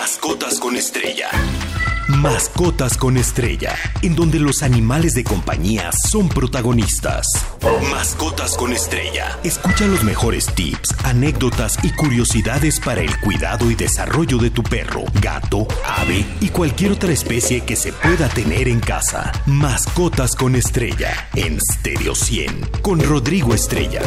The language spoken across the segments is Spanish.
Mascotas con Estrella. Mascotas con Estrella, en donde los animales de compañía son protagonistas. Mascotas con Estrella. Escucha los mejores tips, anécdotas y curiosidades para el cuidado y desarrollo de tu perro, gato, ave y cualquier otra especie que se pueda tener en casa. Mascotas con Estrella, en Stereo 100, con Rodrigo Estrella.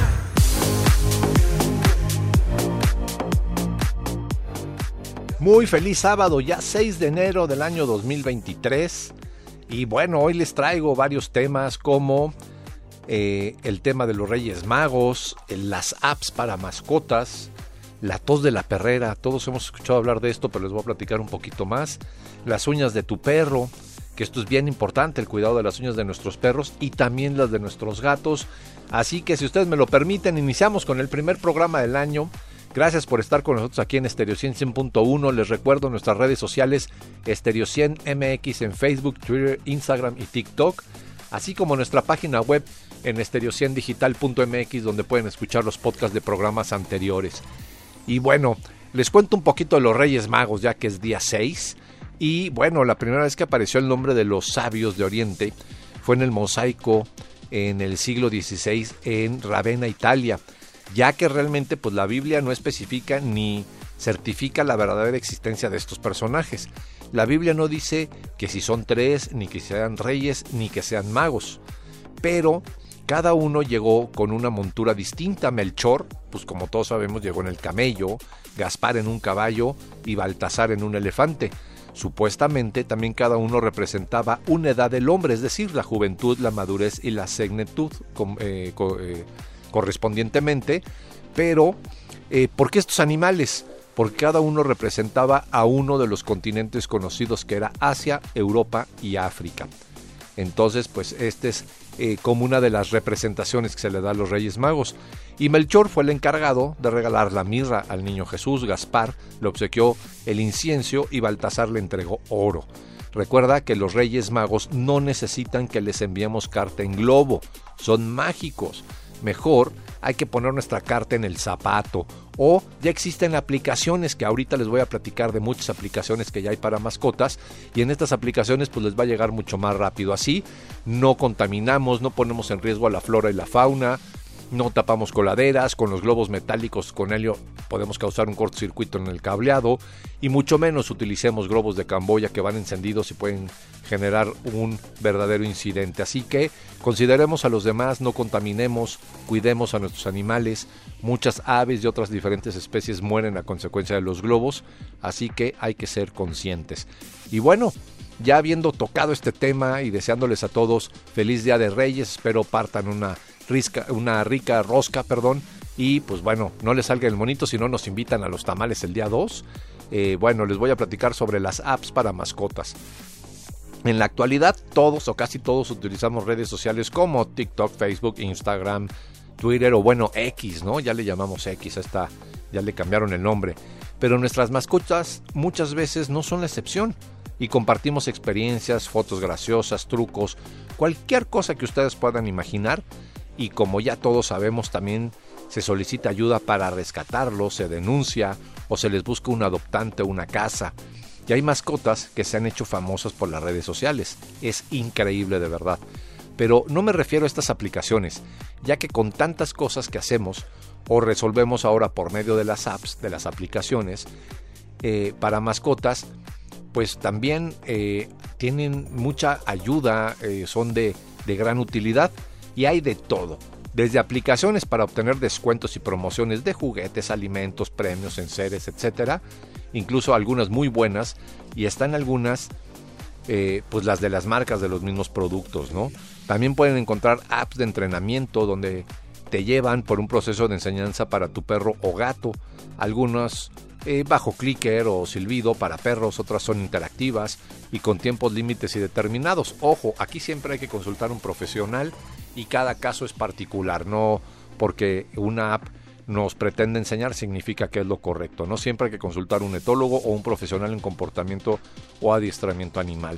Muy feliz sábado, ya 6 de enero del año 2023. Y bueno, hoy les traigo varios temas como el tema de los Reyes Magos, las apps para mascotas, la tos de la perrera. Todos hemos escuchado hablar de esto, pero les voy a platicar un poquito más. Las uñas de tu perro, que esto es bien importante, el cuidado de las uñas de nuestros perros y también las de nuestros gatos. Así que si ustedes me lo permiten, iniciamos con el primer programa del año. Gracias por estar con nosotros aquí en Stereo 100.1. Les recuerdo nuestras redes sociales, Stereo 100 MX en Facebook, Twitter, Instagram y TikTok, así como nuestra página web en stereo100digital.mx, donde pueden escuchar los podcasts de programas anteriores. Y bueno, les cuento un poquito de los Reyes Magos, ya que es día 6. Y bueno, la primera vez que apareció el nombre de los sabios de Oriente fue en el mosaico en el siglo XVI en Ravenna, Italia, ya que realmente pues la Biblia no especifica ni certifica la verdadera existencia de estos personajes. La Biblia no dice que si son 3, ni que sean reyes, ni que sean magos, pero cada uno llegó con una montura distinta. Melchor, pues como todos sabemos, llegó en el camello, Gaspar en un caballo y Baltasar en un elefante. Supuestamente también cada uno representaba una edad del hombre, es decir, la juventud, la madurez y la senectud correspondientemente. Pero ¿por qué estos animales? Porque cada uno representaba a uno de los continentes conocidos, que era Asia, Europa y África. Entonces pues este es como una de las representaciones que se le da a los Reyes Magos. Y Melchor fue el encargado de regalar la mirra al niño Jesús, Gaspar le obsequió el incienso y Baltasar le entregó oro. Recuerda que los Reyes Magos no necesitan que les enviemos carta en globo, son mágicos. Mejor hay que poner nuestra carta en el zapato, o ya existen aplicaciones, que ahorita les voy a platicar de muchas aplicaciones que ya hay para mascotas, y en estas aplicaciones pues les va a llegar mucho más rápido. Así no contaminamos, no ponemos en riesgo a la flora y la fauna, no tapamos coladeras. Con los globos metálicos con helio podemos causar un cortocircuito en el cableado, y mucho menos utilicemos globos de Camboya que van encendidos y pueden generar un verdadero incidente. Así que consideremos a los demás, no contaminemos, cuidemos a nuestros animales. Muchas aves y otras diferentes especies mueren a consecuencia de los globos, así que hay que ser conscientes. Y bueno, ya habiendo tocado este tema y deseándoles a todos feliz Día de Reyes, espero partan una rica rosca, y pues bueno, no les salga el monito si no nos invitan a los tamales el día 2. Bueno, les voy a platicar sobre las apps para mascotas. En la actualidad todos o casi todos utilizamos redes sociales como TikTok, Facebook, Instagram, Twitter o bueno, X, ¿no? Ya le llamamos X, ya le cambiaron el nombre. Pero nuestras mascotas muchas veces no son la excepción y compartimos experiencias, fotos graciosas, trucos, cualquier cosa que ustedes puedan imaginar. Y como ya todos sabemos, también se solicita ayuda para rescatarlos, se denuncia o se les busca un adoptante o una casa. Y hay mascotas que se han hecho famosas por las redes sociales. Es increíble, de verdad. Pero no me refiero a estas aplicaciones, ya que con tantas cosas que hacemos o resolvemos ahora por medio de las apps, de las aplicaciones para mascotas, pues también tienen mucha ayuda, son de gran utilidad, y hay de todo. Desde aplicaciones para obtener descuentos y promociones de juguetes, alimentos, premios, enseres, etcétera, incluso algunas muy buenas, y están algunas pues las de las marcas de los mismos productos, ¿no? También pueden encontrar apps de entrenamiento donde te llevan por un proceso de enseñanza para tu perro o gato. Algunas bajo clicker o silbido para perros, otras son interactivas y con tiempos límites y determinados. Ojo, aquí siempre hay que consultar a un profesional y cada caso es particular, no porque una app nos pretende enseñar significa que es lo correcto. No siempre hay que consultar a un etólogo o un profesional en comportamiento o adiestramiento animal.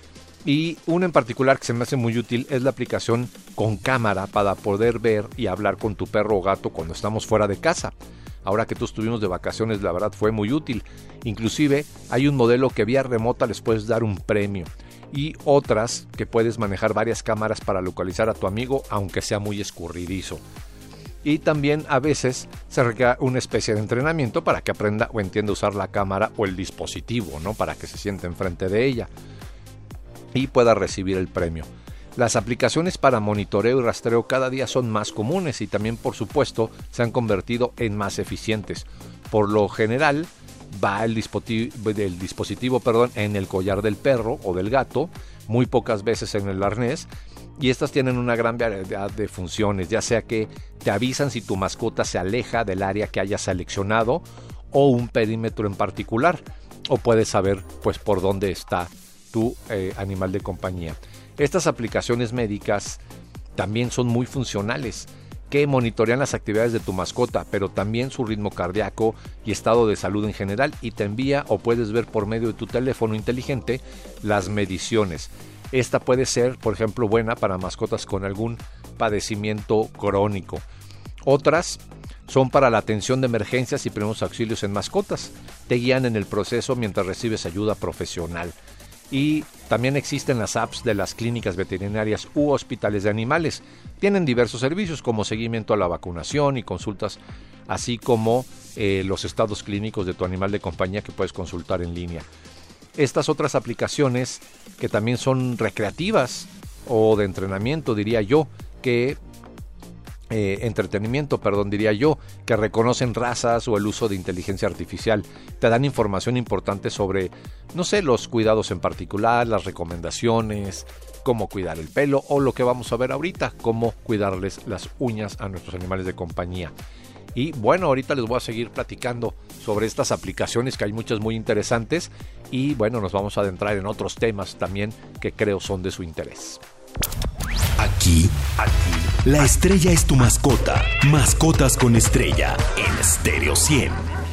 Y una en particular que se me hace muy útil es la aplicación con cámara para poder ver y hablar con tu perro o gato cuando estamos fuera de casa. Ahora que tú estuvimos de vacaciones, la verdad fue muy útil. Inclusive hay un modelo que vía remota les puedes dar un premio. Y otras que puedes manejar varias cámaras para localizar a tu amigo, aunque sea muy escurridizo. Y también a veces se requiere una especie de entrenamiento para que aprenda o entienda usar la cámara o el dispositivo, ¿no? Para que se siente enfrente de ella y pueda recibir el premio. Las aplicaciones para monitoreo y rastreo cada día son más comunes y también, por supuesto, se han convertido en más eficientes. Por lo general, va el dispositivo en el collar del perro o del gato, muy pocas veces en el arnés, y estas tienen una gran variedad de funciones, ya sea que te avisan si tu mascota se aleja del área que hayas seleccionado o un perímetro en particular, o puedes saber pues por dónde está tu animal de compañía. Estas aplicaciones médicas también son muy funcionales, que monitorean las actividades de tu mascota, pero también su ritmo cardíaco y estado de salud en general, y te envía o puedes ver por medio de tu teléfono inteligente las mediciones. Esta puede ser, por ejemplo, buena para mascotas con algún padecimiento crónico. Otras son para la atención de emergencias y primeros auxilios en mascotas. Te guían en el proceso mientras recibes ayuda profesional. Y también existen las apps de las clínicas veterinarias u hospitales de animales. Tienen diversos servicios como seguimiento a la vacunación y consultas, así como los estados clínicos de tu animal de compañía que puedes consultar en línea. Estas otras aplicaciones que también son recreativas o de entrenamiento, diría yo, que que reconocen razas o el uso de inteligencia artificial. Te dan información importante sobre, los cuidados en particular, las recomendaciones, cómo cuidar el pelo o lo que vamos a ver ahorita, cómo cuidarles las uñas a nuestros animales de compañía. Y bueno, ahorita les voy a seguir platicando sobre estas aplicaciones, que hay muchas muy interesantes, y bueno, nos vamos a adentrar en otros temas también que creo son de su interés. Aquí, la estrella es tu mascota. Mascotas con Estrella en Stereo 100.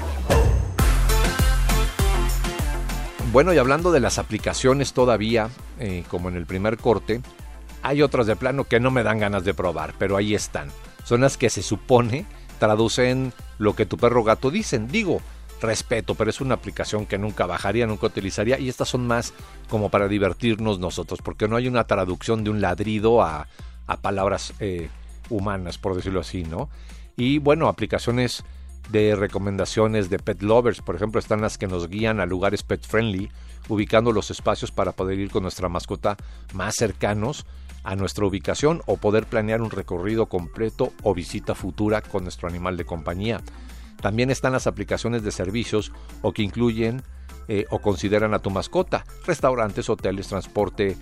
Bueno, y hablando de las aplicaciones todavía, como en el primer corte, hay otras de plano que no me dan ganas de probar, pero ahí están. Son las que se supone traducen lo que tu perro o gato dicen. Digo, respeto, pero es una aplicación que nunca bajaría, nunca utilizaría, y estas son más como para divertirnos nosotros, porque no hay una traducción de un ladrido a palabras humanas, por decirlo así, ¿no? Y bueno, aplicaciones de recomendaciones de pet lovers, por ejemplo, están las que nos guían a lugares pet friendly, ubicando los espacios para poder ir con nuestra mascota más cercanos a nuestra ubicación o poder planear un recorrido completo o visita futura con nuestro animal de compañía. También están las aplicaciones de servicios o que incluyen o consideran a tu mascota, restaurantes, hoteles, transporte,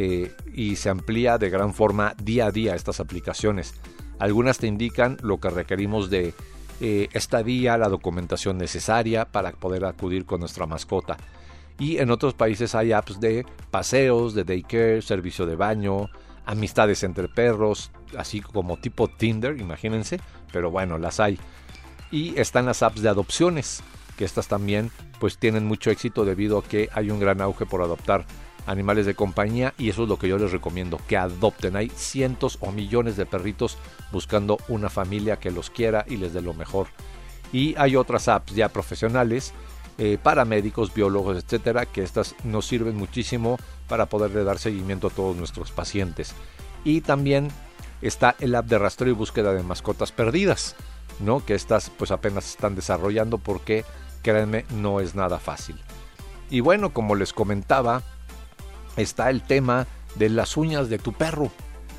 y se amplía de gran forma día a día estas aplicaciones. Algunas te indican lo que requerimos de estadía, la documentación necesaria para poder acudir con nuestra mascota. Y en otros países hay apps de paseos, de daycare, servicio de baño, amistades entre perros, así como tipo Tinder, imagínense, pero bueno, las hay. Y están las apps de adopciones, que estas también pues tienen mucho éxito debido a que hay un gran auge por adoptar animales de compañía, y eso es lo que yo les recomiendo, que adopten. Hay cientos o millones de perritos buscando una familia que los quiera y les dé lo mejor. Y hay otras apps ya profesionales, para médicos, biólogos, etcétera, que estas nos sirven muchísimo para poderle dar seguimiento a todos nuestros pacientes. Y también está el app de rastreo y búsqueda de mascotas perdidas, ¿no? Que estas pues apenas están desarrollando, porque créanme, no es nada fácil. Y bueno, como les comentaba, está el tema de las uñas de tu perro.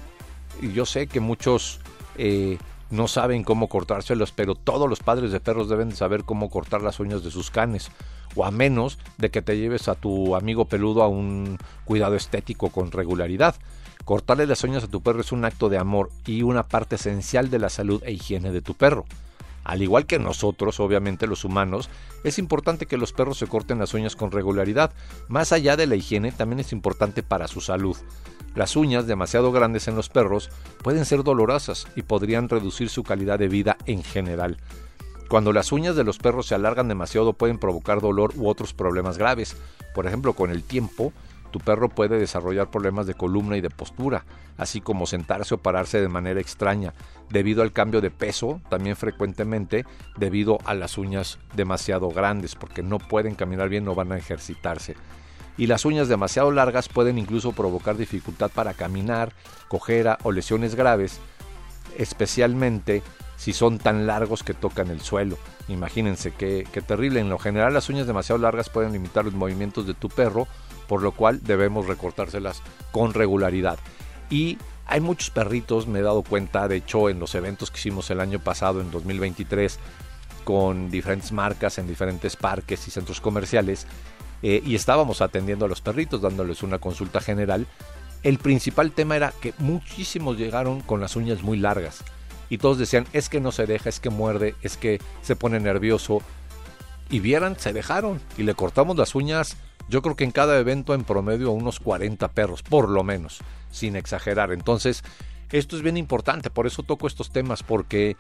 Y yo sé que muchos no saben cómo cortárselos, pero todos los padres de perros deben de saber cómo cortar las uñas de sus canes, o a menos de que te lleves a tu amigo peludo a un cuidado estético con regularidad. Cortarle las uñas a tu perro es un acto de amor y una parte esencial de la salud e higiene de tu perro. Al igual que nosotros, obviamente los humanos, es importante que los perros se corten las uñas con regularidad. Más allá de la higiene, también es importante para su salud. Las uñas demasiado grandes en los perros pueden ser dolorosas y podrían reducir su calidad de vida en general. Cuando las uñas de los perros se alargan demasiado, pueden provocar dolor u otros problemas graves. Por ejemplo, con el tiempo, tu perro puede desarrollar problemas de columna y de postura, así como sentarse o pararse de manera extraña, debido al cambio de peso, también frecuentemente debido a las uñas demasiado grandes, porque no pueden caminar bien, no van a ejercitarse. Y las uñas demasiado largas pueden incluso provocar dificultad para caminar, cojera o lesiones graves, especialmente si son tan largos que tocan el suelo. Imagínense qué terrible. En lo general, las uñas demasiado largas pueden limitar los movimientos de tu perro, por lo cual debemos recortárselas con regularidad. Y hay muchos perritos, me he dado cuenta, de hecho en los eventos que hicimos el año pasado, en 2023, con diferentes marcas en diferentes parques y centros comerciales, y estábamos atendiendo a los perritos, dándoles una consulta general. El principal tema era que muchísimos llegaron con las uñas muy largas y todos decían, es que no se deja, es que muerde, es que se pone nervioso, y vieran, se dejaron y le cortamos las uñas. Yo creo que en cada evento en promedio a unos 40 perros, por lo menos, sin exagerar. Entonces, esto es bien importante, por eso toco estos temas, porque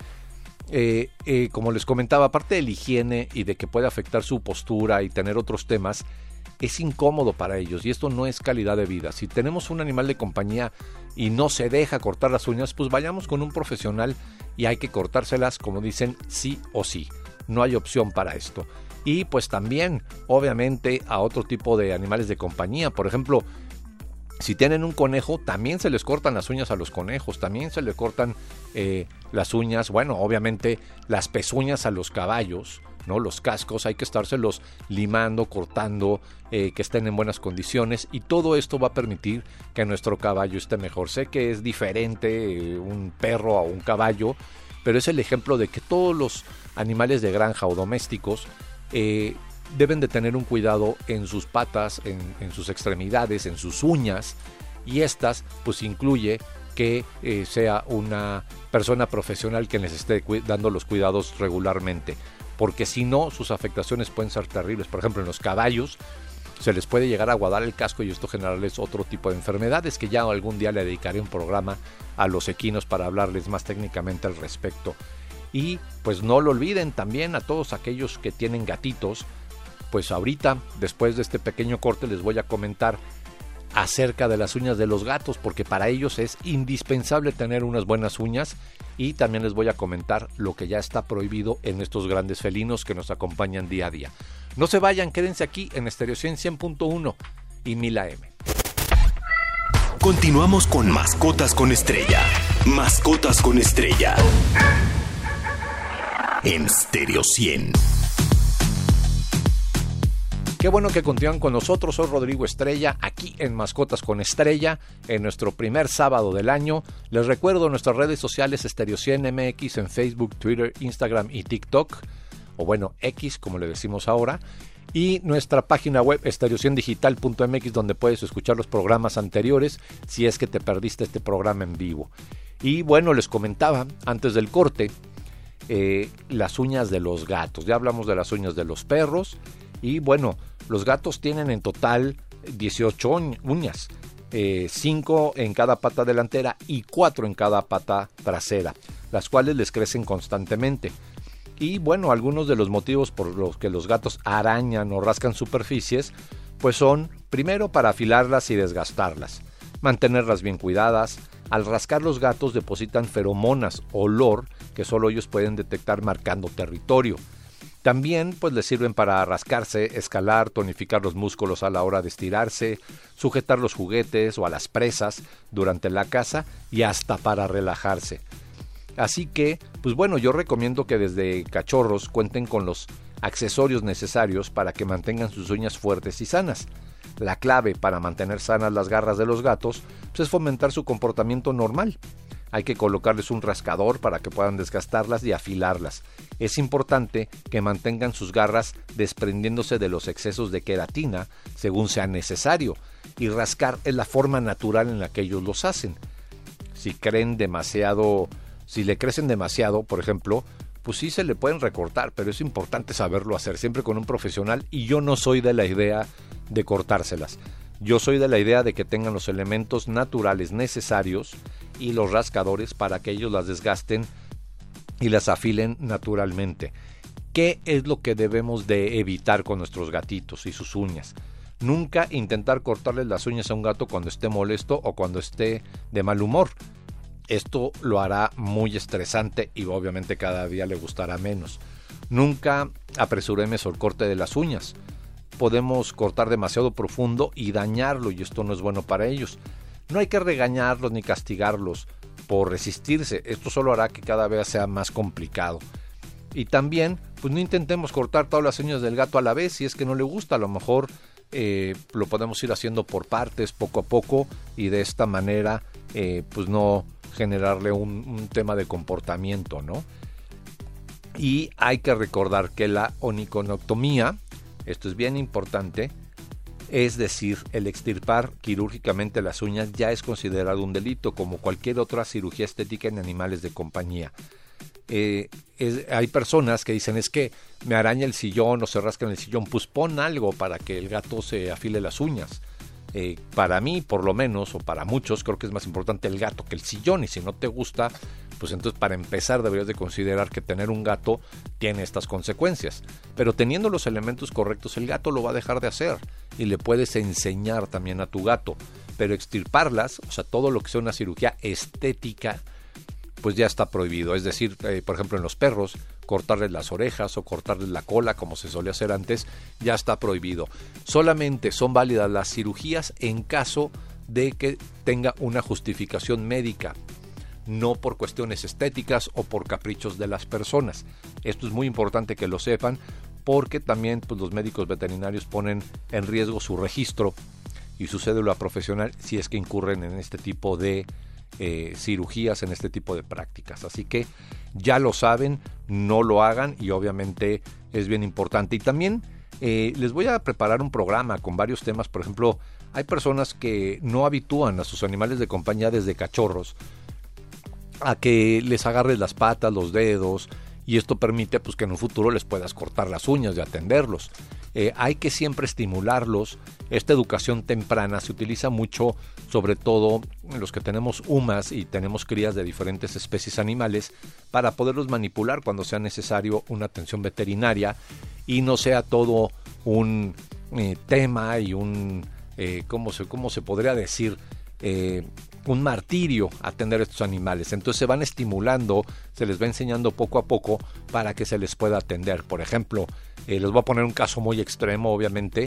como les comentaba, aparte de la higiene y de que puede afectar su postura y tener otros temas, es incómodo para ellos y esto no es calidad de vida. Si tenemos un animal de compañía y no se deja cortar las uñas, pues vayamos con un profesional y hay que cortárselas, como dicen, sí o sí. No hay opción para esto. Y pues también, obviamente, a otro tipo de animales de compañía. Por ejemplo, si tienen un conejo, también se les cortan las uñas a los conejos, también se le cortan las uñas, bueno, obviamente las pezuñas a los caballos, ¿no? Los cascos hay que estárselos limando, cortando, que estén en buenas condiciones, y todo esto va a permitir que nuestro caballo esté mejor. Sé que es diferente un perro a un caballo, pero es el ejemplo de que todos los animales de granja o domésticos deben de tener un cuidado en sus patas, en sus extremidades, en sus uñas, y estas pues incluye que sea una persona profesional que les esté dando los cuidados regularmente, porque si no, sus afectaciones pueden ser terribles. Por ejemplo, en los caballos se les puede llegar a aguadar el casco y esto generarles otro tipo de enfermedades, que ya algún día le dedicaré un programa a los equinos para hablarles más técnicamente al respecto. Y pues no lo olviden también a todos aquellos que tienen gatitos. Pues ahorita, después de este pequeño corte, les voy a comentar acerca de las uñas de los gatos, porque para ellos es indispensable tener unas buenas uñas, y también les voy a comentar lo que ya está prohibido en estos grandes felinos que nos acompañan día a día. No se vayan, quédense aquí en Estéreo 100.1 y 1000 AM. Continuamos con Mascotas con Estrella. Mascotas con Estrella. En Estéreo 100. Qué bueno que continúan con nosotros. Soy Rodrigo Estrella, aquí en Mascotas con Estrella, en nuestro primer sábado del año. Les recuerdo nuestras redes sociales, Estéreo 100 MX en Facebook, Twitter, Instagram y TikTok, o bueno, X como le decimos ahora, y nuestra página web stereo100digital.mx, donde puedes escuchar los programas anteriores si es que te perdiste este programa en vivo. Y bueno, les comentaba antes del corte las uñas de los gatos. Ya hablamos de las uñas de los perros. Y bueno, los gatos tienen en total 18 uñas, 5 en cada pata delantera y 4 en cada pata trasera, las cuales les crecen constantemente. Y bueno, algunos de los motivos por los que los gatos arañan o rascan superficies, pues son, primero, para afilarlas y desgastarlas, mantenerlas bien cuidadas. Al rascar, los gatos depositan feromonas, olor, que solo ellos pueden detectar marcando territorio. También pues les sirven para rascarse, escalar, tonificar los músculos a la hora de estirarse, sujetar los juguetes o a las presas durante la caza y hasta para relajarse. Así que, pues bueno, yo recomiendo que desde cachorros cuenten con los accesorios necesarios para que mantengan sus uñas fuertes y sanas. La clave para mantener sanas las garras de los gatos pues, es fomentar su comportamiento normal. Hay que colocarles un rascador para que puedan desgastarlas y afilarlas. Es importante que mantengan sus garras desprendiéndose de los excesos de queratina según sea necesario, y rascar es la forma natural en la que ellos los hacen. Si le crecen demasiado, por ejemplo, pues sí se le pueden recortar, pero es importante saberlo hacer siempre con un profesional, y yo no soy de la idea de cortárselas. Yo soy de la idea de que tengan los elementos naturales necesarios y los rascadores para que ellos las desgasten y las afilen naturalmente. ¿Qué es lo que debemos de evitar con nuestros gatitos y sus uñas? Nunca intentar cortarle las uñas a un gato cuando esté molesto o cuando esté de mal humor. Esto lo hará muy estresante y obviamente cada día le gustará menos. Nunca apresuremos el corte de las uñas. Podemos cortar demasiado profundo y dañarlo, y esto no es bueno para ellos. No hay que regañarlos ni castigarlos por resistirse. Esto solo hará que cada vez sea más complicado. Y también, pues no intentemos cortar todas las uñas del gato a la vez si es que no le gusta. A lo mejor lo podemos ir haciendo por partes, poco a poco, y de esta manera pues no generarle un tema de comportamiento, ¿no? Y hay que recordar que la oniconectomía, esto es bien importante, es decir, el extirpar quirúrgicamente las uñas ya es considerado un delito, como cualquier otra cirugía estética en animales de compañía. Hay personas que dicen, es que me araña el sillón o se rasca en el sillón. Pues pon algo para que el gato se afile las uñas. Para mí, por lo menos, o para muchos, creo que es más importante el gato que el sillón. Y si no te gusta, pues entonces para empezar deberías de considerar que tener un gato tiene estas consecuencias. Pero teniendo los elementos correctos, el gato lo va a dejar de hacer. Y le puedes enseñar también a tu gato. Pero extirparlas, o sea, todo lo que sea una cirugía estética, pues ya está prohibido. Es decir, por ejemplo, en los perros, cortarles las orejas o cortarles la cola, como se solía hacer antes, ya está prohibido. Solamente son válidas las cirugías en caso de que tenga una justificación médica, no por cuestiones estéticas o por caprichos de las personas. Esto es muy importante que lo sepan, porque también pues, los médicos veterinarios ponen en riesgo su registro y su cédula profesional si es que incurren en este tipo de cirugías, en este tipo de prácticas. Así que ya lo saben, no lo hagan, y obviamente es bien importante. Y también les voy a preparar un programa con varios temas. Por ejemplo, hay personas que no habitúan a sus animales de compañía desde cachorros a que les agarres las patas, los dedos, y esto permite pues que en un futuro les puedas cortar las uñas y atenderlos. Hay que siempre estimularlos. Esta educación temprana se utiliza mucho, sobre todo los que tenemos humas y tenemos crías de diferentes especies animales, para poderlos manipular cuando sea necesario una atención veterinaria y no sea todo un tema y un, ¿cómo se podría decir? Un martirio atender a estos animales. Entonces se van estimulando, se les va enseñando poco a poco para que se les pueda atender. Por ejemplo, les voy a poner un caso muy extremo, obviamente.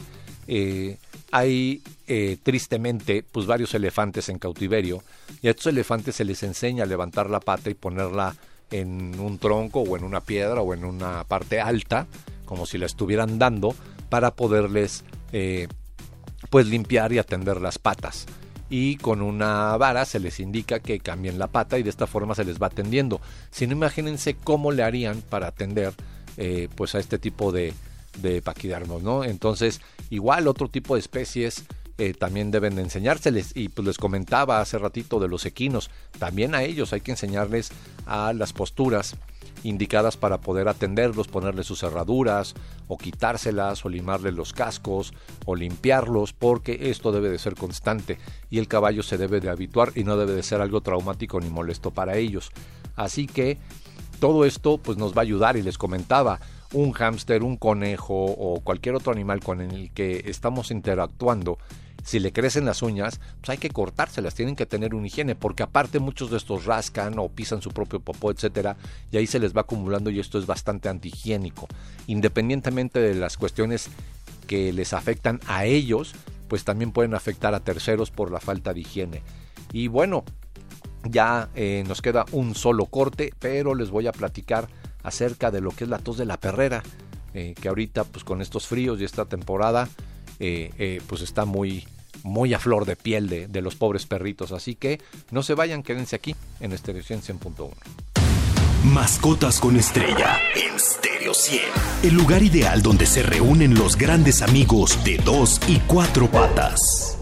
Hay tristemente pues varios elefantes en cautiverio, y a estos elefantes se les enseña a levantar la pata y ponerla en un tronco o en una piedra o en una parte alta, como si la estuvieran dando, para poderles pues limpiar y atender las patas. Y con una vara se les indica que cambien la pata y de esta forma se les va atendiendo. Si no, imagínense cómo le harían para atender pues a este tipo de paquidermos, ¿no? Entonces, igual otro tipo de especies también deben de enseñárseles. Y pues les comentaba hace ratito de los equinos. También a ellos hay que enseñarles a las posturas indicadas para poder atenderlos, ponerles sus cerraduras o quitárselas o limarles los cascos o limpiarlos, porque esto debe de ser constante y el caballo se debe de habituar y no debe de ser algo traumático ni molesto para ellos. Así que todo esto pues nos va a ayudar. Y les comentaba, un hámster, un conejo o cualquier otro animal con el que estamos interactuando, si le crecen las uñas, pues hay que cortárselas, tienen que tener una higiene, porque aparte muchos de estos rascan o pisan su propio popó, etcétera, y ahí se les va acumulando, y esto es bastante antihigiénico. Independientemente de las cuestiones que les afectan a ellos, pues también pueden afectar a terceros por la falta de higiene. Y bueno, ya nos queda un solo corte, pero les voy a platicar acerca de lo que es la tos de la perrera, que ahorita pues con estos fríos y esta temporada pues está muy a flor de piel de los pobres perritos. Así que no se vayan, quédense aquí en Estéreo 100.1. Mascotas con Estrella en Stereo 100, el lugar ideal donde se reúnen los grandes amigos de 2 y 4 patas.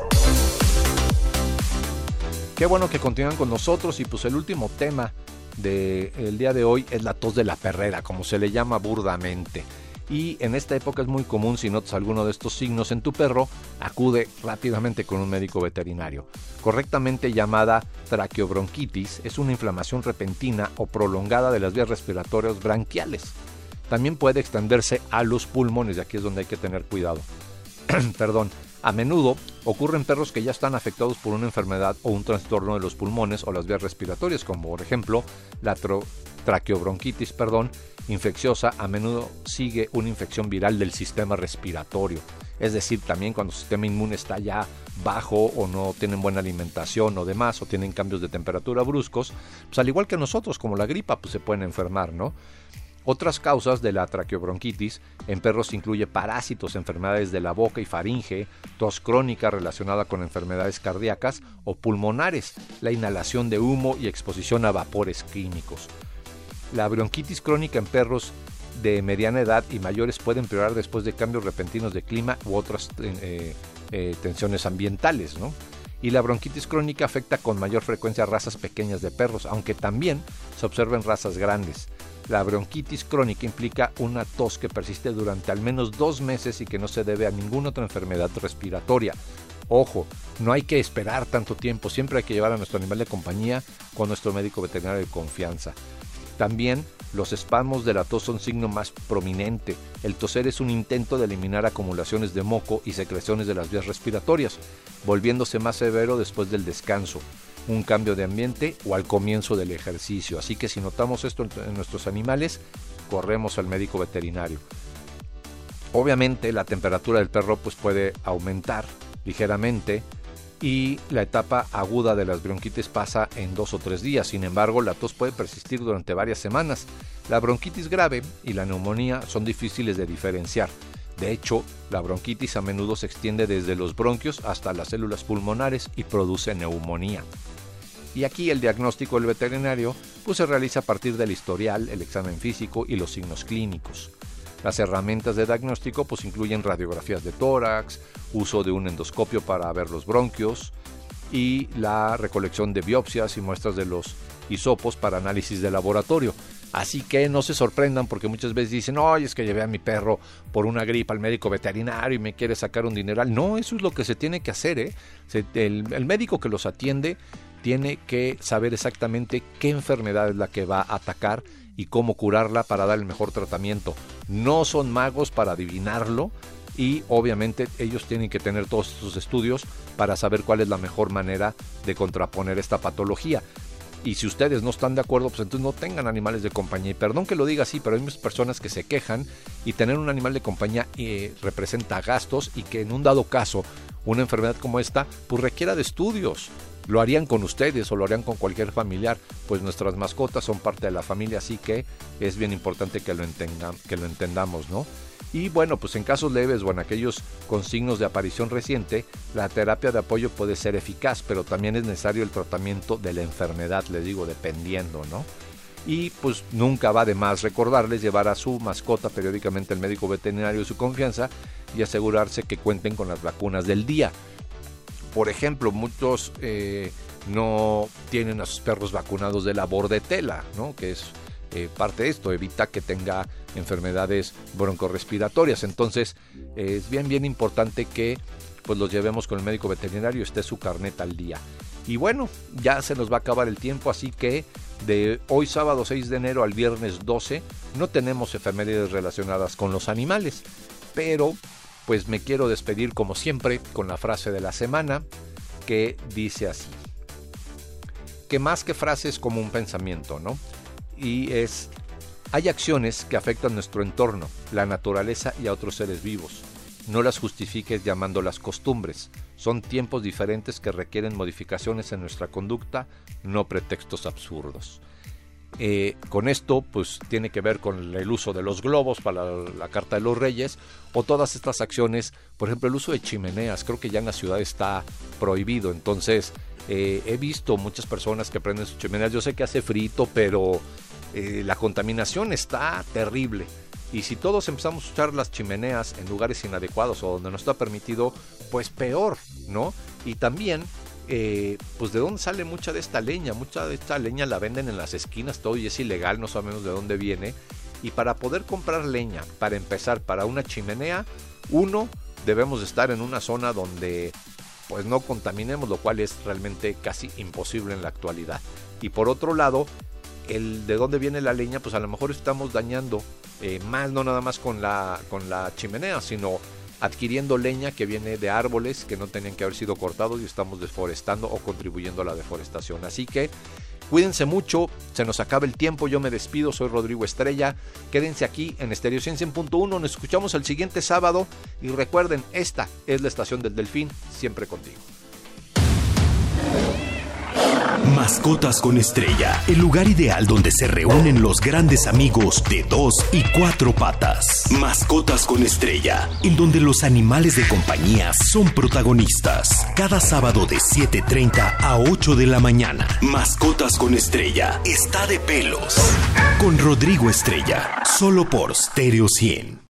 Qué bueno que continúan con nosotros. Y pues el último tema del día de hoy es la tos de la perrera, como se le llama burdamente. Y en esta época es muy común, si notas alguno de estos signos en tu perro, acude rápidamente con un médico veterinario. Correctamente llamada traqueobronquitis, es una inflamación repentina o prolongada de las vías respiratorias branquiales. También puede extenderse a los pulmones, y aquí es donde hay que tener cuidado. Perdón. A menudo ocurre en perros que ya están afectados por una enfermedad o un trastorno de los pulmones o las vías respiratorias, como por ejemplo la traqueobronquitis infecciosa. A menudo sigue una infección viral del sistema respiratorio. Es decir, también cuando el sistema inmune está ya bajo o no tienen buena alimentación o demás, o tienen cambios de temperatura bruscos, pues al igual que nosotros, como la gripa, pues se pueden enfermar, ¿no? Otras causas de la traqueobronquitis en perros incluye parásitos, enfermedades de la boca y faringe, tos crónica relacionada con enfermedades cardíacas o pulmonares, la inhalación de humo y exposición a vapores químicos. La bronquitis crónica en perros de mediana edad y mayores puede empeorar después de cambios repentinos de clima u otras tensiones ambientales, ¿no? Y la bronquitis crónica afecta con mayor frecuencia a razas pequeñas de perros, aunque también se observa en razas grandes. La bronquitis crónica implica una tos que persiste durante al menos 2 meses y que no se debe a ninguna otra enfermedad respiratoria. Ojo, no hay que esperar tanto tiempo, siempre hay que llevar a nuestro animal de compañía con nuestro médico veterinario de confianza. También los espasmos de la tos son signo más prominente. El toser es un intento de eliminar acumulaciones de moco y secreciones de las vías respiratorias, volviéndose más severo después del descanso, un cambio de ambiente o al comienzo del ejercicio. Así que si notamos esto en nuestros animales, corremos al médico veterinario. Obviamente la temperatura del perro pues puede aumentar ligeramente y la etapa aguda de las bronquitis pasa en 2 o 3 días. Sin embargo, la tos puede persistir durante varias semanas. La bronquitis grave y la neumonía son difíciles de diferenciar. De hecho, la bronquitis a menudo se extiende desde los bronquios hasta las células pulmonares y produce neumonía. Y aquí el diagnóstico del veterinario pues se realiza a partir del historial, el examen físico y los signos clínicos. Las herramientas de diagnóstico pues incluyen radiografías de tórax, uso de un endoscopio para ver los bronquios y la recolección de biopsias y muestras de los hisopos para análisis de laboratorio. Así que no se sorprendan porque muchas veces dicen, oye, es que llevé a mi perro por una gripa al médico veterinario y me quiere sacar un dineral. No, eso es lo que se tiene que hacer, ¿eh? El médico que los atiende tiene que saber exactamente qué enfermedad es la que va a atacar y cómo curarla para dar el mejor tratamiento. No son magos para adivinarlo y obviamente ellos tienen que tener todos sus estudios para saber cuál es la mejor manera de contraponer esta patología. Y si ustedes no están de acuerdo, pues entonces no tengan animales de compañía. Y perdón que lo diga así, pero hay muchas personas que se quejan y tener un animal de compañía representa gastos y que en un dado caso, una enfermedad como esta, pues requiera de estudios. Lo harían con ustedes o lo harían con cualquier familiar, pues nuestras mascotas son parte de la familia, así que es bien importante que lo entendamos, ¿no? Y bueno, pues en casos leves o en aquellos con signos de aparición reciente, la terapia de apoyo puede ser eficaz, pero también es necesario el tratamiento de la enfermedad, les digo, dependiendo, ¿no? Y pues nunca va de más recordarles llevar a su mascota periódicamente al médico veterinario de su confianza y asegurarse que cuenten con las vacunas del día. Por ejemplo, muchos no tienen a sus perros vacunados de la bordetela, ¿no? Que es parte de esto, evita que tenga enfermedades broncorrespiratorias. Entonces es bien importante que pues los llevemos con el médico veterinario, esté su carnet al día. Y bueno, ya se nos va a acabar el tiempo, así que de hoy sábado 6 de enero al viernes 12 no tenemos efemérides relacionadas con los animales, pero pues me quiero despedir como siempre con la frase de la semana que dice así: que más que frases como un pensamiento, ¿no? Y es: hay acciones que afectan nuestro entorno, la naturaleza y a otros seres vivos. No las justifiques llamándolas costumbres. Son tiempos diferentes que requieren modificaciones en nuestra conducta, no pretextos absurdos. Con esto pues tiene que ver con el uso de los globos para la Carta de los Reyes o todas estas acciones, por ejemplo el uso de chimeneas. Creo que ya en la ciudad está prohibido, entonces he visto muchas personas que prenden sus chimeneas. Yo sé que hace frito, pero la contaminación está terrible. Y si todos empezamos a usar las chimeneas en lugares inadecuados o donde no está permitido, pues peor, ¿no? Y también, pues de dónde sale mucha de esta leña. Mucha de esta leña la venden en las esquinas, todo, y es ilegal, no sabemos de dónde viene. Y para poder comprar leña, para empezar, para una chimenea, debemos estar en una zona donde pues no contaminemos, lo cual es realmente casi imposible en la actualidad. Y por otro lado, el de dónde viene la leña, pues a lo mejor estamos dañando más, no nada más con la chimenea, sino adquiriendo leña que viene de árboles que no tenían que haber sido cortados y estamos deforestando o contribuyendo a la deforestación. Así que cuídense mucho, se nos acaba el tiempo, yo me despido, soy Rodrigo Estrella, quédense aquí en Estéreo 100.1, nos escuchamos el siguiente sábado y recuerden, esta es la estación del Delfín, siempre contigo. Mascotas con Estrella, el lugar ideal donde se reúnen los grandes amigos de 2 y 4 patas. Mascotas con Estrella, en donde los animales de compañía son protagonistas. Cada sábado de 7:30 a 8 de la mañana. Mascotas con Estrella, está de pelos. Con Rodrigo Estrella, solo por Stereo 100.